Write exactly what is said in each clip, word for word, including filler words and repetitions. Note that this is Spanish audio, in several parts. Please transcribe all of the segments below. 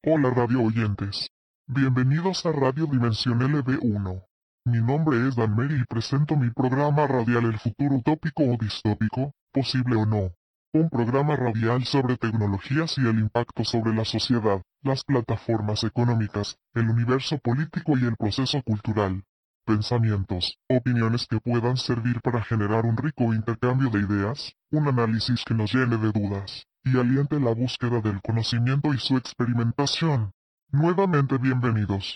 Hola radio oyentes. Bienvenidos a Radio Dimensión L B uno. Mi nombre es Danmeri y presento mi programa radial El futuro utópico o distópico, posible o no. Un programa radial sobre tecnologías y el impacto sobre la sociedad, las plataformas económicas, el universo político y el proceso cultural. Pensamientos, opiniones que puedan servir para generar un rico intercambio de ideas, un análisis que nos llene de dudas, y aliente la búsqueda del conocimiento y su experimentación. Nuevamente bienvenidos.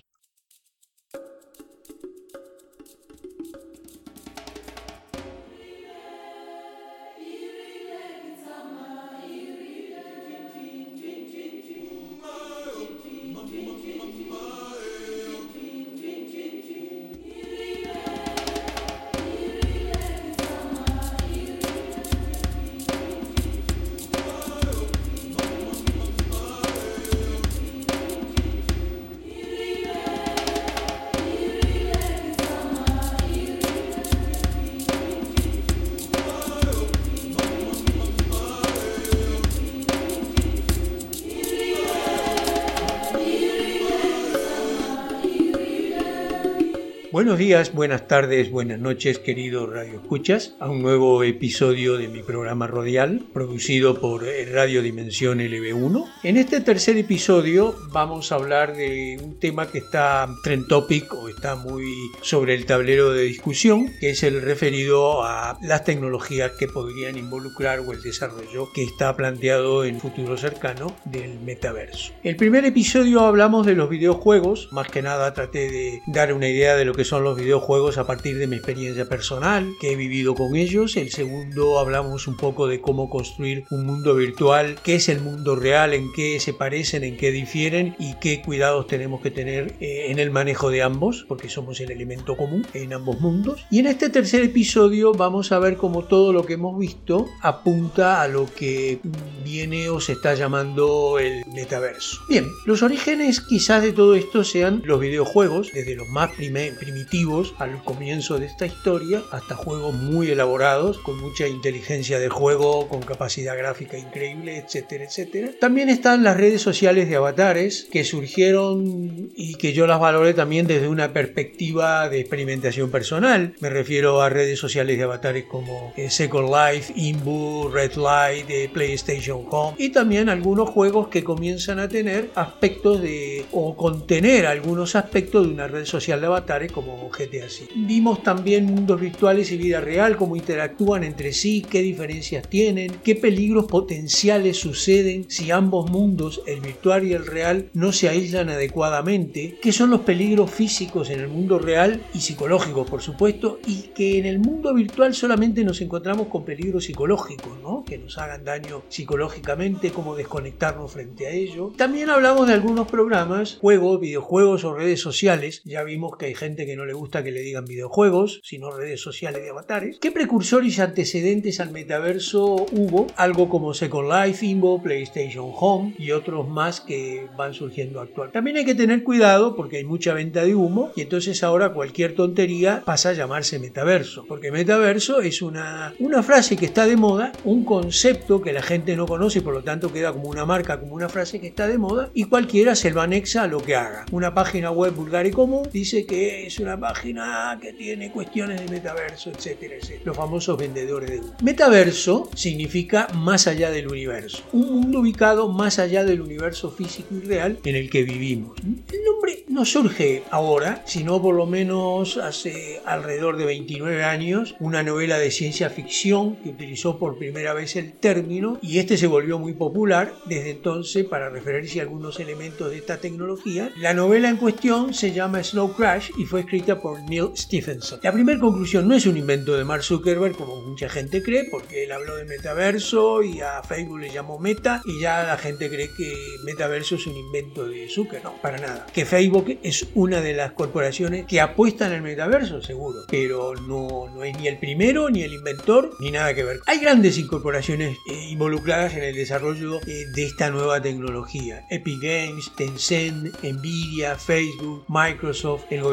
Buenos días, buenas tardes, buenas noches, queridos radioescuchas, a un nuevo episodio de mi programa radial, producido por Radio Dimensión L B uno. En este tercer episodio vamos a hablar de un tema que está trend topic o está muy sobre el tablero de discusión, que es el referido a las tecnologías que podrían involucrar o el desarrollo que está planteado en el futuro cercano del metaverso. El primer episodio hablamos de los videojuegos, más que nada traté de dar una idea de lo que son los videojuegos a partir de mi experiencia personal, que he vivido con ellos. El segundo hablamos un poco de cómo construir un mundo virtual, qué es el mundo real, en qué se parecen, en qué difieren y qué cuidados tenemos que tener eh, en el manejo de ambos, porque somos el elemento común en ambos mundos. Y en este tercer episodio vamos a ver cómo todo lo que hemos visto apunta a lo que viene o se está llamando el metaverso. Bien, los orígenes quizás de todo esto sean los videojuegos, desde los más primeros primitivos al comienzo de esta historia hasta juegos muy elaborados con mucha inteligencia de juego, con capacidad gráfica increíble, etcétera, etcétera. También están las redes sociales de avatares que surgieron y que yo las valoré también desde una perspectiva de experimentación personal. Me refiero a redes sociales de avatares como eh, Second Life, Imbu, Red Light, eh, PlayStation Home y también algunos juegos que comienzan a tener aspectos de o contener algunos aspectos de una red social de avatares como G T A cinco. Vimos también mundos virtuales y vida real, cómo interactúan entre sí, qué diferencias tienen, qué peligros potenciales suceden si ambos mundos, el virtual y el real, no se aíslan adecuadamente, qué son los peligros físicos en el mundo real y psicológicos, por supuesto, y que en el mundo virtual solamente nos encontramos con peligros psicológicos, ¿no? Que nos hagan daño psicológicamente, cómo desconectarnos frente a ello. También hablamos de algunos programas, juegos, videojuegos o redes sociales. Ya vimos que hay gente que no le gusta que le digan videojuegos, sino redes sociales de avatares. ¿Qué precursores y antecedentes al metaverso hubo? Algo como Second Life, Imbu, PlayStation Home y otros más que van surgiendo actualmente. También hay que tener cuidado porque hay mucha venta de humo y entonces ahora cualquier tontería pasa a llamarse metaverso, porque metaverso es una, una frase que está de moda, un concepto que la gente no conoce y por lo tanto queda como una marca, como una frase que está de moda y cualquiera se lo anexa a lo que haga. Una página web vulgar y común dice que es una página que tiene cuestiones de metaverso, etcétera, etcétera. Los famosos vendedores de humo. Metaverso significa más allá del universo, un mundo ubicado más allá del universo físico y real en el que vivimos. El nombre no surge ahora, sino por lo menos hace alrededor de veintinueve años, una novela de ciencia ficción que utilizó por primera vez el término y este se volvió muy popular desde entonces para referirse a algunos elementos de esta tecnología. La novela en cuestión se llama Snow Crash y fue escrita por Neil Stephenson. La primera conclusión no es un invento de Mark Zuckerberg como mucha gente cree, porque él habló de metaverso y a Facebook le llamó Meta y ya la gente cree que metaverso es un invento de Zucker. No, para nada. Que Facebook es una de las corporaciones que apuestan al metaverso, seguro, pero no, no es ni el primero, ni el inventor, ni nada que ver. Hay grandes incorporaciones eh, involucradas en el desarrollo eh, de esta nueva tecnología. Epic Games, Tencent, Nvidia, Facebook, Microsoft, el gobierno de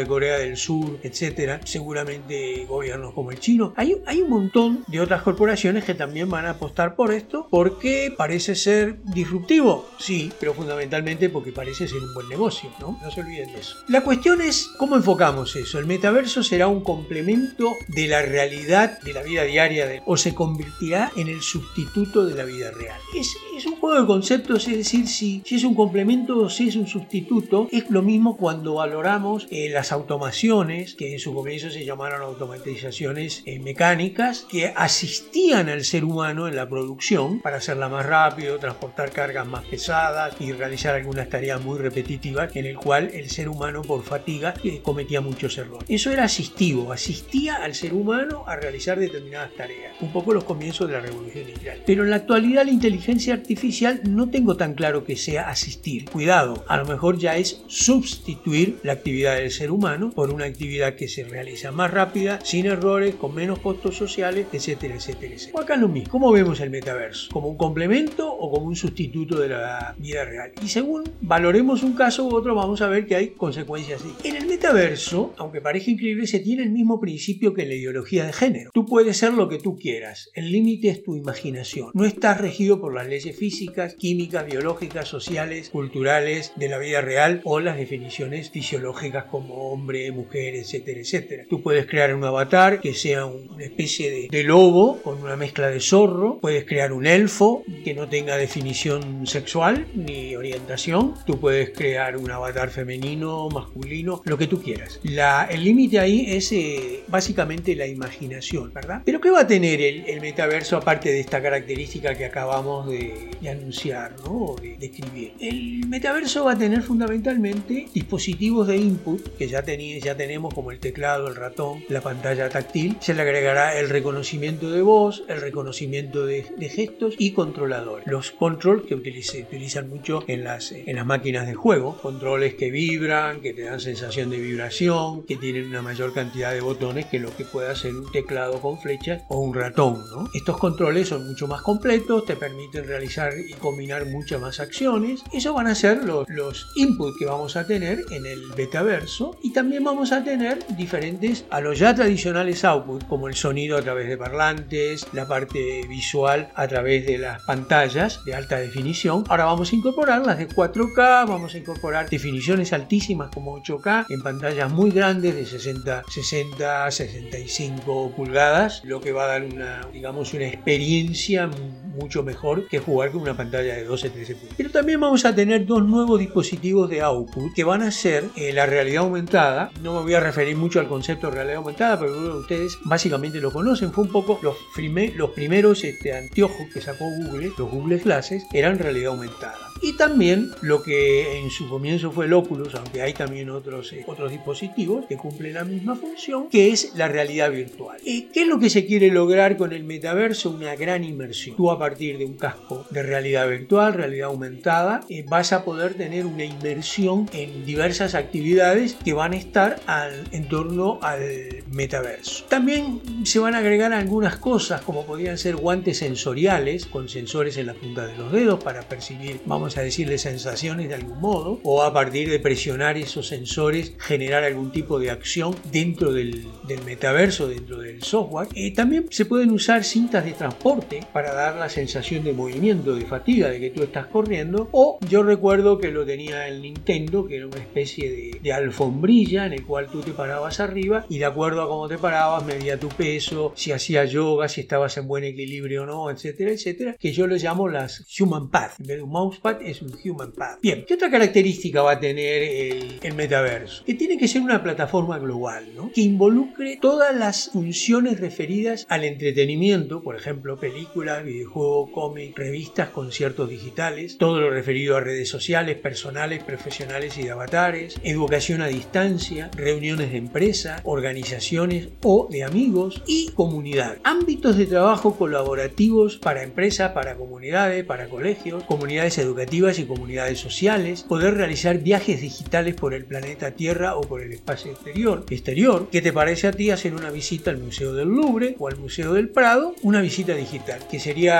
Corea del Sur, etcétera, seguramente gobiernos como el chino. Hay, hay un montón de otras corporaciones que también van a apostar por esto porque parece ser disruptivo, sí, pero fundamentalmente porque parece ser un buen negocio, ¿no? No se olviden de eso. La cuestión es cómo enfocamos eso. ¿El metaverso será un complemento de la realidad de la vida diaria de, o se convertirá en el sustituto de la vida real? Es, es un juego de conceptos, es decir, si, si es un complemento o si es un sustituto. Es lo mismo cuando valoramos eh, las automaciones, que en su comienzo se llamaron automatizaciones eh, mecánicas, que asistían al ser humano en la producción para hacerla más rápido, transportar cargas más pesadas y realizar algunas tareas muy repetitivas en el cual el ser humano por fatiga eh, cometía muchos errores. Eso era asistivo, asistía al ser humano a realizar determinadas tareas. Un poco los comienzos de la revolución industrial. Pero en la actualidad la inteligencia artificial no tengo tan claro que sea asistir. Cuidado, a lo mejor ya es sustituir la actividad del ser humano por una actividad que se realiza más rápida, sin errores, con menos costos sociales, etcétera, etcétera, etcétera. O acá lo mismo. ¿Cómo vemos el metaverso? ¿Como un complemento o como un sustituto de la vida real? Y según valoremos un caso u otro, vamos a ver que hay consecuencias. En el metaverso, aunque parezca increíble, se tiene el mismo principio que en la ideología de género. Tú puedes ser lo que tú quieras. El límite es tu imaginación. No estás regido por las leyes físicas, químicas, biológicas, sociales, culturales de la vida real o las definiciones fisiológicas como hombre, mujer, etcétera, etcétera. Tú puedes crear un avatar que sea una especie de, de lobo con una mezcla de zorro. Puedes crear un elfo que no tenga definición sexual ni orientación. Tú puedes crear un avatar femenino, masculino, lo que tú quieras. La, el límite ahí es eh, básicamente la imaginación, ¿verdad? Pero ¿qué va a tener el, el metaverso aparte de esta característica que acabamos de, de anunciar, ¿no? O de describir? El metaverso va a tener fundamentalmente dispositivos de input que ya, tení, ya tenemos, como el teclado, el ratón, la pantalla táctil. Se le agregará el reconocimiento de voz, el reconocimiento de, de gestos y controladores. Los controls que se utilizan mucho en las, en las máquinas de juego, controles que vibran, que te dan sensación de vibración, que tienen una mayor cantidad de botones que lo que puede hacer un teclado con flechas o un ratón, ¿no? Estos controles son mucho más completos, te permiten realizar y combinar muchas más acciones. Eso van a ser los, los inputs que vamos a tener en el metaverso, y también vamos a tener diferentes a los ya tradicionales outputs, como el sonido a través de parlantes, la parte visual a través de las pantallas de alta definición. Ahora vamos a incorporar las de cuatro K, vamos a incorporar definiciones altísimas como ocho K en pantallas muy grandes de sesenta, sesenta, sesenta y cinco pulgadas, lo que va a dar una, digamos, una experiencia mucho mejor que jugar con una pantalla de doce, trece pulgadas. Pero también vamos a tener dos nuevos dispositivos de output que van a ser eh, la realidad aumentada. No me voy a referir mucho al concepto de realidad aumentada, pero bueno, ustedes básicamente lo conocen. Fue un poco los, prime, los primeros este, anteojos que sacó Google, los Google Glasses, eran realidad aumentada. Y también lo que en su comienzo fue el Oculus, aunque hay también otros, eh, otros dispositivos que cumplen la misma función, que es la realidad virtual. Eh, ¿Qué es lo que se quiere lograr con el metaverso? Una gran inmersión. Tú, a partir de un casco de realidad virtual, realidad aumentada, eh, vas a poder tener una inmersión en diversas actividades que van a estar al, en torno al metaverso. También se van a agregar algunas cosas, como podrían ser guantes sensoriales con sensores en la punta de los dedos para percibir, vamos a decirle, sensaciones de algún modo, o a partir de presionar esos sensores generar algún tipo de acción dentro del, del metaverso, dentro del software. Eh, también se pueden usar cintas de transporte para dar la sensación de movimiento, de fatiga, de que tú estás corriendo. O yo recuerdo que lo tenía el Nintendo, que era una especie de, de alfombrilla en el cual tú te parabas arriba y de acuerdo a cómo te parabas medía tu peso, si hacías yoga, si estabas en buen equilibrio o no, etcétera, etcétera, que yo les llamo las Human Path. En vez de un mousepad es un Human Path. Bien, ¿qué otra característica va a tener el, el metaverso? Que tiene que ser una plataforma global, ¿no? Que involucre todas las funciones referidas al entretenimiento, por ejemplo, películas, videojuegos, cómics, revistas, conciertos digitales, todo lo referido a redes sociales, personales, profesionales y de avatares, educación a distancia, reuniones de empresa, organizaciones o de amigos y comunidad. Ámbitos de trabajo colaborativos para empresas, para comunidades, para colegios, comunidades educativas y comunidades sociales, poder realizar viajes digitales por el planeta Tierra o por el espacio exterior. exterior. ¿Qué te parece a ti hacer una visita al Museo del Louvre o al Museo del Prado? Una visita digital, que sería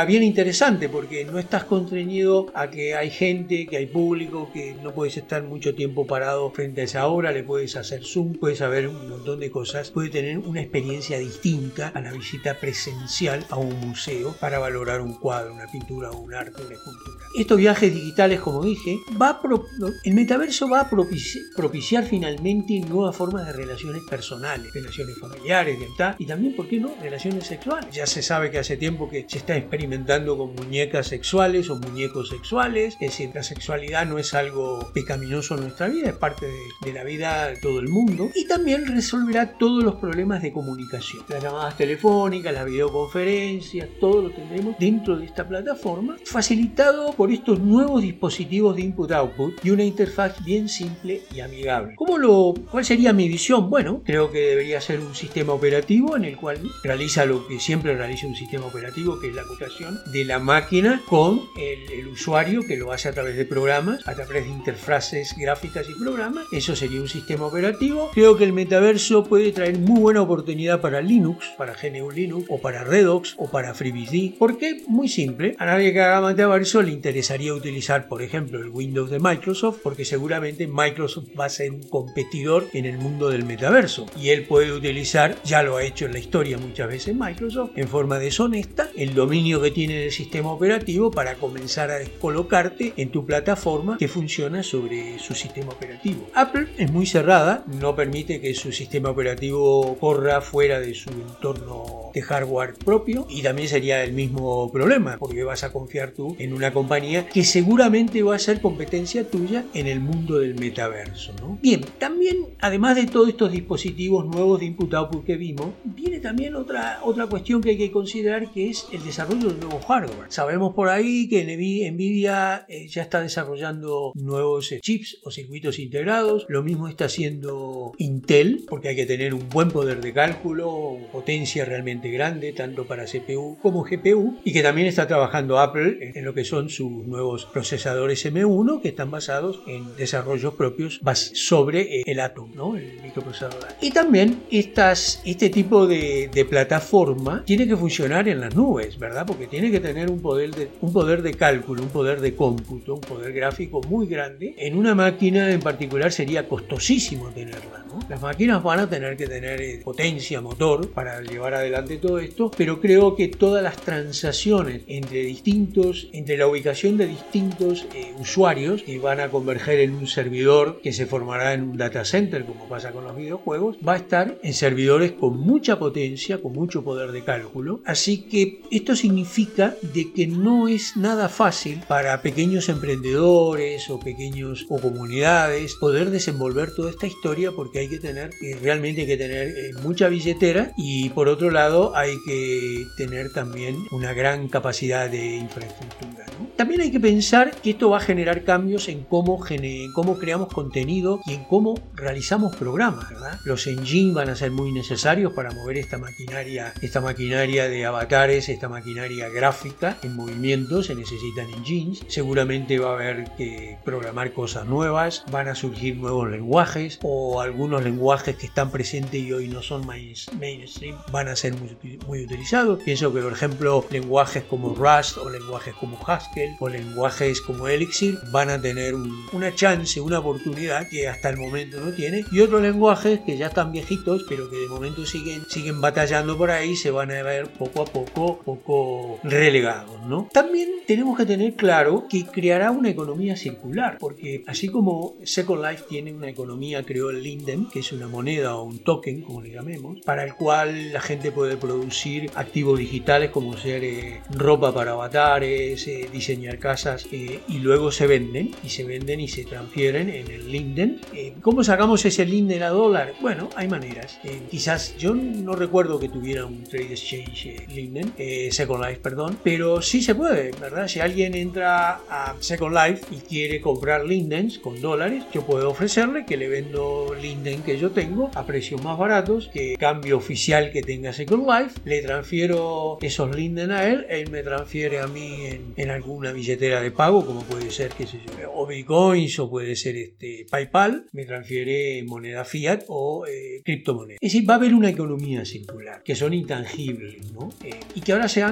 bien interesante porque no estás constreñido a que hay gente, que hay público, que no puedes estar mucho tiempo parado frente a esa obra, le puedes hacer zoom, puedes saber un montón de cosas, puedes tener una experiencia distinta a la visita presencial a un museo para valorar un cuadro, una pintura o un arte, una escultura. Estos viajes digitales, como dije, va a pro- el metaverso va a propici- propiciar finalmente nuevas formas de relaciones personales, relaciones familiares, de amistad y también, ¿por qué no?, relaciones sexuales. Ya se sabe que hace tiempo que se está experimentando con muñecas sexuales o muñecos sexuales, es decir, la sexualidad no es algo pecaminoso en nuestra vida, es parte de, de la vida de todo el mundo, y también resolverá todos los problemas de comunicación. Las llamadas telefónicas, las videoconferencias, todo lo tendremos dentro de esta plataforma, facilitado por estos nuevos dispositivos de input-output y una interfaz bien simple y amigable. ¿Cómo lo, ¿Cuál sería mi visión? Bueno, creo que debería ser un sistema operativo en el cual realiza lo que siempre realiza un sistema operativo, que es la comunicación de la máquina con el, el usuario, que lo hace a través de programas, a través de interfaces gráficas y programas. Eso sería un sistema operativo. Creo que el metaverso puede traer muy buena oportunidad para Linux, para G N U Linux, o para Redux, o para FreeBSD. ¿Por qué? Muy simple. A nadie que haga metaverso le interesaría utilizar, por ejemplo, el Windows de Microsoft, porque seguramente Microsoft va a ser un competidor en el mundo del metaverso. Y él puede utilizar, ya lo ha hecho en la historia muchas veces Microsoft, en forma deshonesta, el dominio que tiene del sistema operativo para comenzar a colocarte en tu plataforma que funciona sobre su sistema operativo. Apple es muy cerrada, no permite que su sistema operativo corra fuera de su entorno de hardware propio, y también sería el mismo problema, porque vas a confiar tú en una compañía que seguramente va a ser competencia tuya en el mundo del metaverso, ¿no? Bien, también, además de todos estos dispositivos nuevos de input-output que vimos, viene también otra, otra cuestión que hay que considerar, que es el desarrollo de nuevos hardware. Sabemos por ahí que Nvidia eh, ya está desarrollando nuevos eh, chips o circuitos integrados. Lo mismo está haciendo Intel, porque hay que tener un buen poder de cálculo, potencia realmente grande, tanto para C P U como G P U, y que también está trabajando Apple en, en lo que son sus nuevos procesadores M uno, que están basados en desarrollos propios sobre eh, el Atom, ¿no?, el microprocesador. Y también estas, este tipo de, de plataforma tiene que funcionar en las nubes, ¿verdad? Porque tiene que tener un poder, de, un poder de cálculo, un poder de cómputo, un poder gráfico muy grande. En una máquina en particular sería costosísimo tenerla, ¿no? Las máquinas van a tener que tener eh, potencia, motor, para llevar adelante todo esto, pero creo que todas las transacciones entre distintos, entre la ubicación de distintos eh, usuarios que van a converger en un servidor que se formará en un data center, como pasa con los videojuegos, va a estar en servidores con mucha potencia, con mucho poder de cálculo. Así que esto significa de que no es nada fácil para pequeños emprendedores o pequeños o comunidades poder desenvolver toda esta historia, porque hay que tener, eh, realmente hay que tener eh, mucha billetera, y por otro lado hay que tener también una gran capacidad de infraestructura, ¿no? También hay que pensar que esto va a generar cambios en cómo, gene, en cómo creamos contenido y en cómo realizamos programas, ¿verdad? Los engines van a ser muy necesarios para mover esta maquinaria, esta maquinaria de avatares, esta maquinaria gráfica en movimiento. Se necesitan engines. Seguramente va a haber que programar cosas nuevas, van a surgir nuevos lenguajes, o algunos lenguajes que están presentes y hoy no son mainstream van a ser muy, muy utilizados. Pienso que, por ejemplo, lenguajes como Rust o lenguajes como Haskell o lenguajes como Elixir van a tener un, una chance, una oportunidad que hasta el momento no tiene, y otros lenguajes que ya están viejitos pero que de momento siguen, siguen batallando por ahí, se van a ver poco a poco, poco relegados, ¿no? También tenemos que tener claro que creará una economía circular, porque así como Second Life tiene una economía, creó el Linden, que es una moneda o un token, como le llamemos, para el cual la gente puede producir activos digitales como ser eh, ropa para avatares, eh, diseñar casas, eh, y luego se venden y se venden y se transfieren en el Linden. Eh, ¿Cómo sacamos ese Linden a dólar? Bueno, hay maneras. Eh, quizás yo no recuerdo que tuviera un trade exchange eh, Linden, eh, Second Life, perdón, pero sí se puede, ¿verdad? Si alguien entra a Second Life y quiere comprar Lindens con dólares, yo puedo ofrecerle que le vendo Linden que yo tengo a precios más baratos que cambio oficial que tenga Second Life, le transfiero esos Linden a él, él me transfiere a mí en, en alguna billetera de pago, como puede ser, qué sé yo, o Bitcoins, o puede ser este PayPal, me transfiere moneda fiat o eh, criptomoneda. Es decir, va a haber una economía circular, que son intangibles, ¿no? Eh, y que ahora se han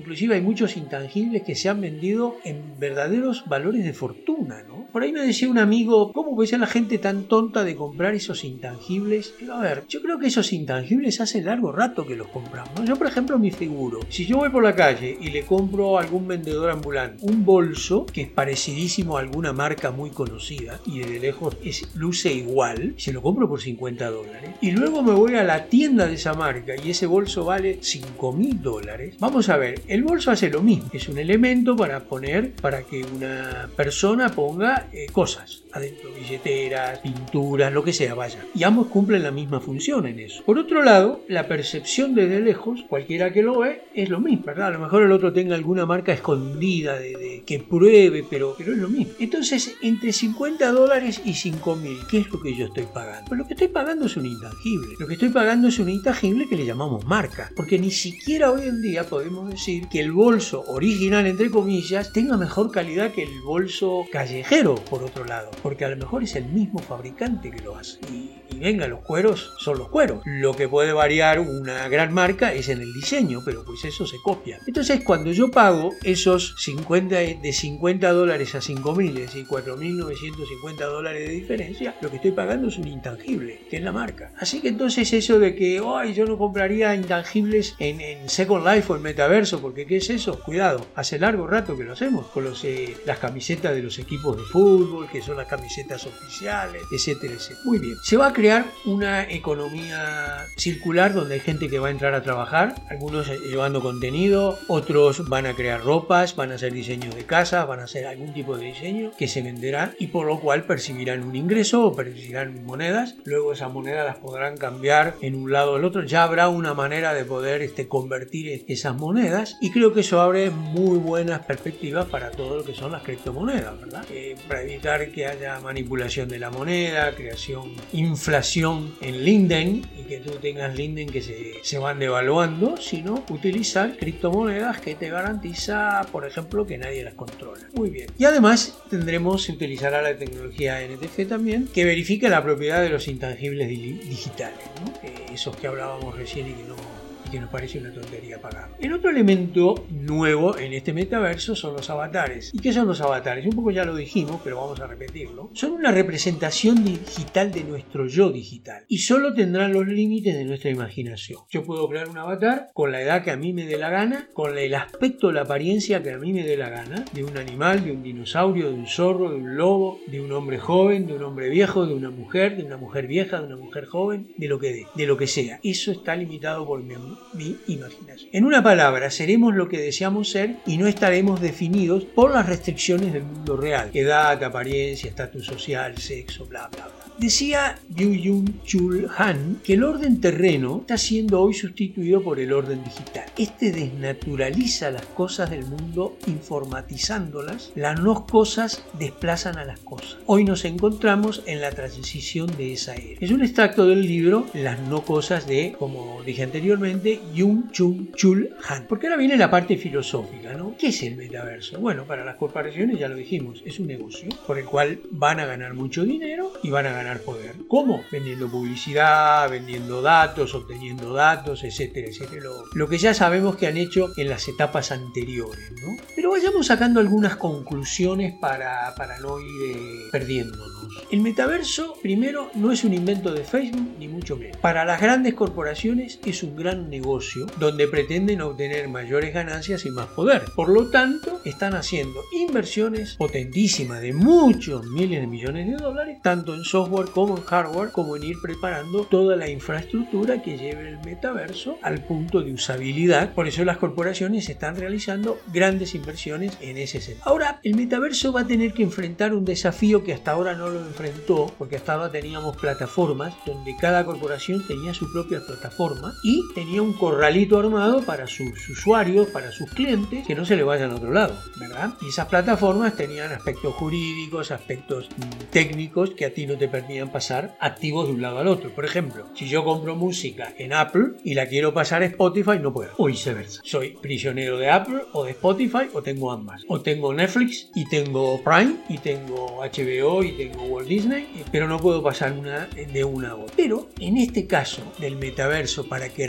inclusive hay muchos intangibles que se han vendido en verdaderos valores de fortuna, ¿no? Por ahí me decía un amigo, ¿cómo puede ser la gente tan tonta de comprar esos intangibles? Pero a ver, yo creo que esos intangibles hace largo rato que los compramos, ¿no? Yo, por ejemplo, me figuro, si yo voy por la calle y le compro a algún vendedor ambulante un bolso que es parecidísimo a alguna marca muy conocida y de lejos es, luce igual, se lo compro por cincuenta dólares y luego me voy a la tienda de esa marca y ese bolso vale cinco mil dólares, vamos a ver, el bolso hace lo mismo, es un elemento para poner, para que una persona ponga eh, cosas adentro, billeteras, pinturas, lo que sea, vaya, y ambos cumplen la misma función en eso. Por otro lado, la percepción desde lejos, cualquiera que lo ve, es lo mismo, ¿verdad? A lo mejor el otro tenga alguna marca escondida de, de que pruebe, pero, pero es lo mismo. Entonces, entre cincuenta dólares y cinco mil, ¿qué es lo que yo estoy pagando? Pues lo que estoy pagando es un intangible. Lo que estoy pagando es un intangible que le llamamos marca, porque ni siquiera hoy en día podemos decir que el bolso original, entre comillas, tenga mejor calidad que el bolso callejero, por otro lado, porque a lo mejor es el mismo fabricante que lo hace. Y, y venga, los cueros son los cueros. Lo que puede variar una gran marca es en el diseño, pero pues eso se copia. Entonces, cuando yo pago esos cincuenta, de cincuenta dólares a cinco mil, es decir, cuatro mil novecientos cincuenta dólares de diferencia, lo que estoy pagando es un intangible, que es la marca. Así que entonces eso de que, ay, yo no compraría intangibles en, en Second Life o en Metaverso, porque ¿qué es eso? Cuidado, hace largo rato que lo hacemos, con los, eh, las camisetas de los equipos de fútbol, que son las camisetas oficiales, etcétera, etcétera. Muy bien, se va a crear una economía circular donde hay gente que va a entrar a trabajar, algunos llevando contenido, otros van a crear ropas, van a hacer diseños de casa, van a hacer algún tipo de diseño que se venderá y por lo cual percibirán un ingreso o percibirán monedas, luego esas monedas las podrán cambiar en un lado o el otro, ya habrá una manera de poder este, convertir esas monedas y creo que eso abre muy buenas perspectivas para todo lo que son las criptomonedas, ¿verdad? Eh, para evitar que haya manipulación de la moneda, creación, inflación en Linden y que tú tengas Linden que se, se van devaluando, sino utilizar criptomonedas que te garantiza, por ejemplo, que nadie las controla. Muy bien. Y además tendremos, se utilizará la tecnología N F T también, que verifica la propiedad de los intangibles digitales, ¿no? Eh, esos que hablábamos recién y que no... que nos parece una tontería pagar. El otro elemento nuevo en este metaverso son los avatares. ¿Y qué son los avatares? Un poco ya lo dijimos, pero vamos a repetirlo. Son una representación digital de nuestro yo digital y solo tendrán los límites de nuestra imaginación. Yo puedo crear un avatar con la edad que a mí me dé la gana, con el aspecto, la apariencia que a mí me dé la gana, de un animal, de un dinosaurio, de un zorro, de un lobo, de un hombre joven, de un hombre viejo, de una mujer, de una mujer vieja, de una mujer joven, de lo que dé, de lo que sea. Eso está limitado por mi mi imaginación. En una palabra, seremos lo que deseamos ser y no estaremos definidos por las restricciones del mundo real: edad, apariencia, estatus social, sexo, bla, bla, bla. Decía Byung-Chul Han que el orden terreno está siendo hoy sustituido por el orden digital. Este desnaturaliza las cosas del mundo informatizándolas. Las no cosas desplazan a las cosas. Hoy nos encontramos en la transición de esa era. Es un extracto del libro Las no cosas de, como dije anteriormente, Byung-Chul Han. Porque ahora viene la parte filosófica, ¿no? ¿Qué es el metaverso? Bueno, para las corporaciones ya lo dijimos, es un negocio por el cual van a ganar mucho dinero y van a ganar poder. ¿Cómo? Vendiendo publicidad, vendiendo datos, obteniendo datos, etcétera, etcétera. Lo, lo que ya sabemos que han hecho en las etapas anteriores, ¿no? Pero vayamos sacando algunas conclusiones para, para no ir eh, perdiéndonos. El metaverso, primero, no es un invento de Facebook, ni mucho menos. Para las grandes corporaciones es un gran negocio donde pretenden obtener mayores ganancias y más poder. Por lo tanto, están haciendo inversiones potentísimas de muchos miles de millones de dólares, tanto en software como en hardware, como en ir preparando toda la infraestructura que lleve el metaverso al punto de usabilidad. Por eso las corporaciones están realizando grandes inversiones en ese sentido. Ahora, el metaverso va a tener que enfrentar un desafío que hasta ahora no lo enfrentó, porque hasta ahora teníamos plataformas donde cada corporación tenía su propia plataforma y tenía un corralito armado para sus usuarios, para sus clientes, que no se le vayan a otro lado, ¿verdad? Y esas plataformas tenían aspectos jurídicos, aspectos mm, técnicos que a ti no te permitían pasar activos de un lado al otro. Por ejemplo, si yo compro música en Apple y la quiero pasar a Spotify, no puedo, o viceversa. Soy prisionero de Apple o de Spotify, o tengo ambas. O tengo Netflix y tengo Prime y tengo H B O y tengo Walt Disney, pero no puedo pasar una de una a otra. Pero en este caso del metaverso, para que realmente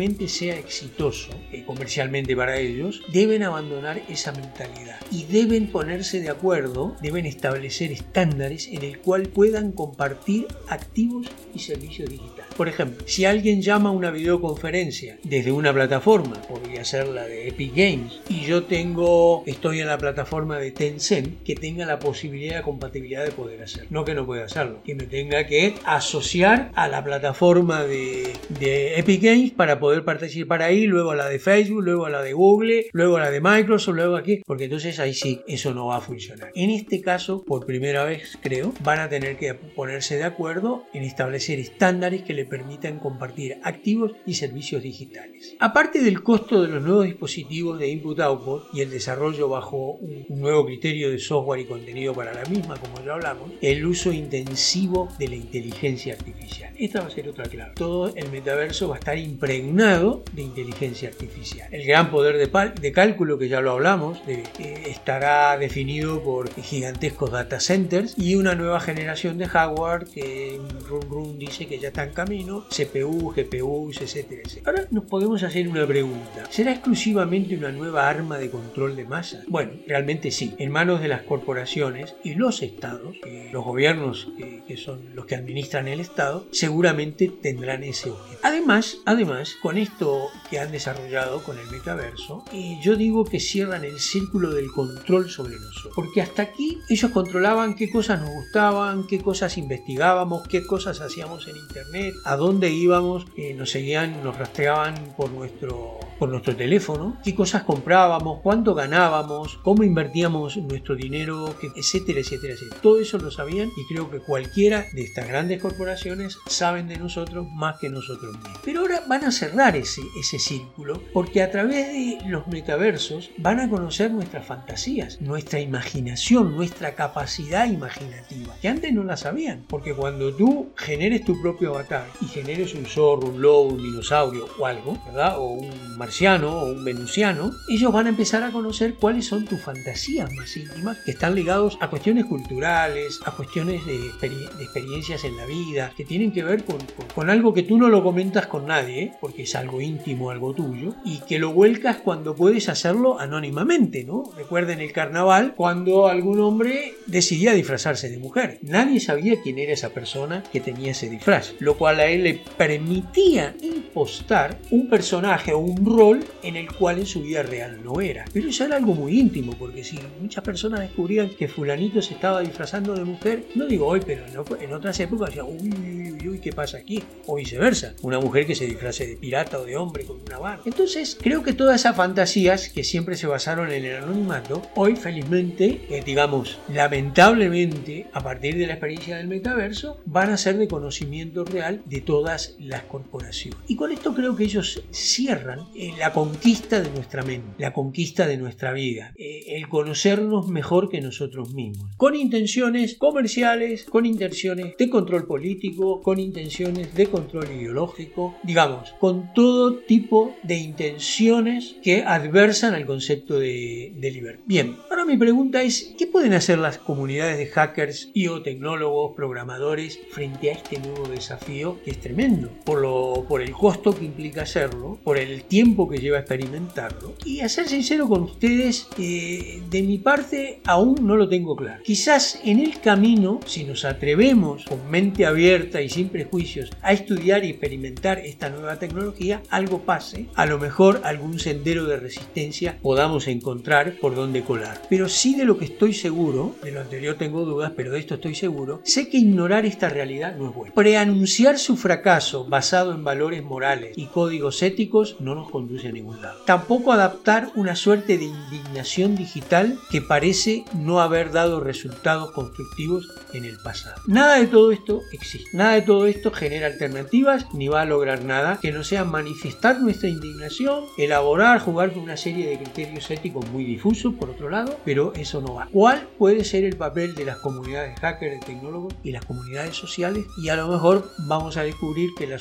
realmente sea exitoso eh, comercialmente para ellos, deben abandonar esa mentalidad y deben ponerse de acuerdo, deben establecer estándares en el cual puedan compartir activos y servicios digitales. Por ejemplo, si alguien llama a una videoconferencia desde una plataforma, podría ser la de Epic Games, y yo tengo, estoy en la plataforma de Tencent, que tenga la posibilidad de compatibilidad de poder hacerlo. No que no pueda hacerlo, que me tenga que asociar a la plataforma de, de Epic Games para poder participar ahí, luego a la de Facebook, luego a la de Google, luego a la de Microsoft, luego aquí, porque entonces ahí sí, eso no va a funcionar. En este caso, por primera vez creo, van a tener que ponerse de acuerdo en establecer estándares que le permitan compartir activos y servicios digitales. Aparte del costo de los nuevos dispositivos de input-output y el desarrollo bajo un, un nuevo criterio de software y contenido para la misma, como ya hablamos, el uso intensivo de la inteligencia artificial. Esta va a ser otra clave. Todo el metaverso va a estar impregnado de inteligencia artificial. El gran poder de, pal- de cálculo, que ya lo hablamos, de, eh, estará definido por gigantescos data centers y una nueva generación de hardware que Run Run dice que ya está en camino, C P U, G P U, etcétera, etcétera. Ahora nos podemos hacer una pregunta. ¿Será exclusivamente una nueva arma de control de masas? Bueno, realmente sí. En manos de las corporaciones y los estados, eh, los gobiernos eh, que son los que administran el estado, seguramente tendrán ese objetivo. Además, además, con esto que han desarrollado con el metaverso, eh, yo digo que cierran el círculo del control sobre nosotros. Porque hasta aquí ellos controlaban qué cosas nos gustaban, qué cosas investigábamos, qué cosas hacíamos en internet, a dónde íbamos, eh, nos seguían, nos rastreaban por nuestro, por nuestro teléfono, qué cosas comprábamos, cuánto ganábamos, cómo invertíamos nuestro dinero, etcétera, etcétera, etcétera. Todo eso lo sabían y creo que cualquiera de estas grandes corporaciones saben de nosotros más que nosotros mismos. Pero ahora van a cerrar ese, ese círculo porque a través de los metaversos van a conocer nuestras fantasías, nuestra imaginación, nuestra capacidad imaginativa, que antes no la sabían, porque cuando tú generes tu propio avatar y generes un zorro, un lobo, un dinosaurio o algo, ¿verdad? O un marciano o un venusiano, ellos van a empezar a conocer cuáles son tus fantasías más íntimas que están ligados a cuestiones culturales, a cuestiones de, exper- de experiencias en la vida, que tienen que ver con, con, con algo que tú no lo comentas con nadie, ¿eh? Porque es algo íntimo, algo tuyo, y que lo vuelcas cuando puedes hacerlo anónimamente, ¿no? Recuerden el carnaval, cuando algún hombre decidía disfrazarse de mujer. Nadie sabía quién era esa persona que tenía ese disfraz, lo cual a él le permitía impostar un personaje o un rol en el cual en su vida real no era. Pero eso era algo muy íntimo, porque si muchas personas descubrían que fulanito se estaba disfrazando de mujer, no digo hoy, pero en otras épocas decían, uy, uy, uy, uy, ¿qué pasa aquí? O viceversa, una mujer que se disfrace de pirata o de hombre con una barba. Entonces, creo que todas esas fantasías que siempre se basaron en el anonimato, hoy felizmente, eh, digamos, lamentablemente, a partir de la experiencia del metaverso, van a ser de conocimiento real de todas las corporaciones. Y con esto creo que ellos cierran eh, la conquista de nuestra mente, la conquista de nuestra vida, eh, el conocernos mejor que nosotros mismos, con intenciones comerciales, con intenciones de control político, con intenciones de control ideológico, digamos, con todo tipo de intenciones que adversan al concepto de, de libertad. Bien, ahora mi pregunta es, ¿qué pueden hacer las comunidades de hackers y o tecnólogos, programadores frente a este nuevo desafío que es tremendo? Por, lo, por el costo que implica hacerlo, por el tiempo que lleva a experimentarlo. Y a ser sincero con ustedes, eh, de mi parte aún no lo tengo claro. Quizás en el camino, si nos atrevemos con mente abierta y sin prejuicios a estudiar y experimentar esta nueva tecnología, algo pase. A lo mejor algún sendero de resistencia podamos encontrar por donde colar. Pero sí, de lo que estoy seguro, de lo anterior tengo dudas, pero de esto estoy seguro, sé que ignorar esta realidad no es bueno. Preanunciar su fracaso basado en valores morales y códigos éticos no nos conduce a ningún lado. Tampoco adaptar una suerte de indignación digital que parece no haber dado resultados constructivos en el pasado. Nada de todo esto existe. Nada de todo esto genera alternativas ni va a lograr nada que no sea manifestar nuestra indignación, elaborar, jugar con una serie de criterios éticos muy difusos, por otro lado, pero eso no va. ¿Cuál puede ser el papel de las comunidades hackers, de tecnólogos y las comunidades sociales? Y a lo mejor vamos a descubrir que la solución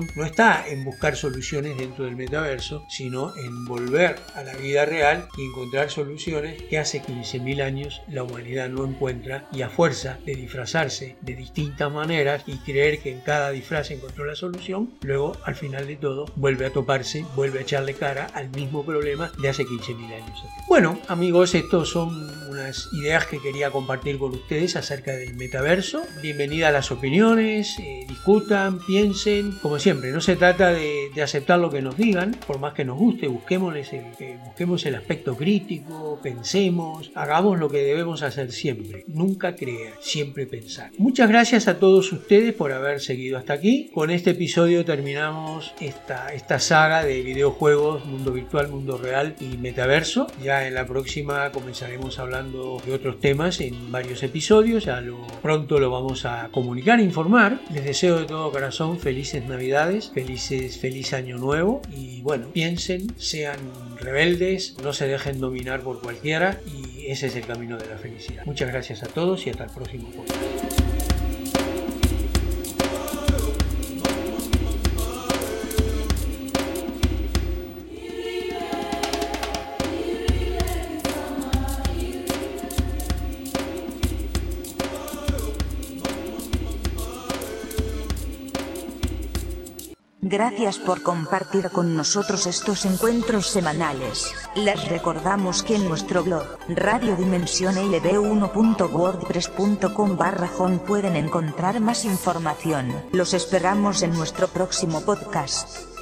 solución no está en buscar soluciones dentro del metaverso, sino en volver a la vida real y encontrar soluciones que hace quince mil años la humanidad no encuentra, y a fuerza de disfrazarse de distintas maneras y creer que en cada disfraz encontró la solución, luego al final de todo vuelve a toparse, vuelve a echarle cara al mismo problema de hace quince mil años. Bueno, amigos, estos son unas ideas que quería compartir con ustedes acerca del metaverso. Bienvenida a las opiniones, eh, discutan, piensen. Como siempre, no se trata de, de aceptar lo que nos digan, por más que nos guste, busquemos el, eh, busquemos el aspecto crítico, pensemos, hagamos lo que debemos hacer siempre. Nunca creer, siempre pensar. Muchas gracias a todos ustedes por haber seguido hasta aquí. Con este episodio terminamos esta, esta saga de videojuegos, mundo virtual, mundo real y metaverso. Ya en la próxima comenzaremos hablando de otros temas en varios episodios. Ya lo, pronto lo vamos a comunicar e informar. Les deseo de todo corazón felices Navidades, felices, feliz Año Nuevo, y bueno, piensen, sean rebeldes, no se dejen dominar por cualquiera, y ese es el camino de la felicidad. Muchas gracias a todos y hasta el próximo podcast. Gracias por compartir con nosotros estos encuentros semanales. Les recordamos que en nuestro blog, radio dimensión L B uno punto wordpress punto com barra home pueden encontrar más información. Los esperamos en nuestro próximo podcast.